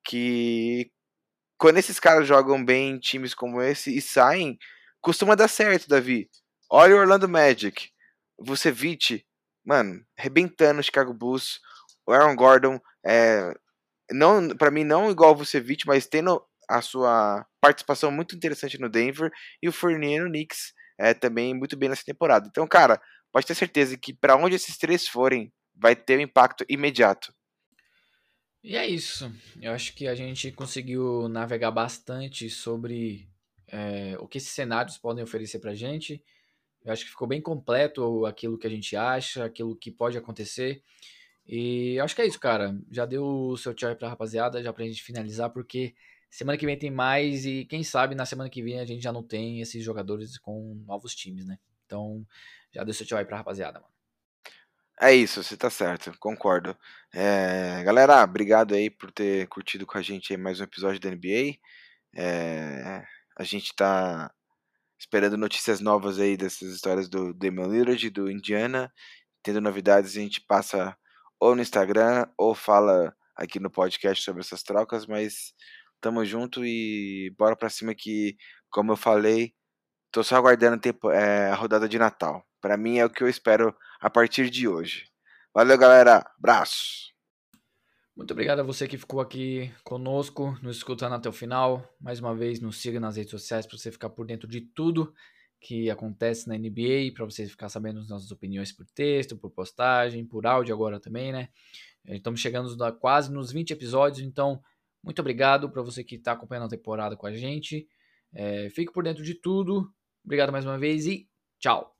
que quando esses caras jogam bem em times como esse e saem, costuma dar certo, Davi. Olha o Orlando Magic, Vucevic, mano, arrebentando o Chicago Bulls, o Aaron Gordon, não, para mim não igual o Vucevic, mas tendo a sua participação muito interessante no Denver, e o Fournier no Knicks também muito bem nessa temporada. Então, cara, pode ter certeza que para onde esses três forem, vai ter um impacto imediato. E é isso. Eu acho que a gente conseguiu navegar bastante sobre o que esses cenários podem oferecer pra gente. Eu acho que ficou bem completo aquilo que a gente acha, aquilo que pode acontecer. E eu acho que é isso, cara. Já deu o seu tchau aí pra rapaziada, já pra gente finalizar, porque semana que vem tem mais e quem sabe na semana que vem a gente já não tem esses jogadores com novos times, né? Então, já deu seu tchau aí pra rapaziada, mano. É isso, você tá certo, concordo. Galera, obrigado aí por ter curtido com a gente aí mais um episódio da NBA. A gente tá esperando notícias novas aí dessas histórias do Damian Lillard e do Indiana. Tendo novidades, a gente passa ou no Instagram ou fala aqui no podcast sobre essas trocas, mas tamo junto e bora pra cima que, como eu falei, tô só aguardando a rodada de Natal. Pra mim é o que eu espero a partir de hoje. Valeu, galera. Abraço. Muito obrigado a você que ficou aqui conosco, nos escutando até o final. Mais uma vez, nos siga nas redes sociais para você ficar por dentro de tudo que acontece na NBA, para você ficar sabendo das nossas opiniões por texto, por postagem, por áudio agora também, né? Estamos chegando quase nos 20 episódios, então muito obrigado para você que está acompanhando a temporada com a gente. Fique por dentro de tudo. Obrigado mais uma vez e tchau!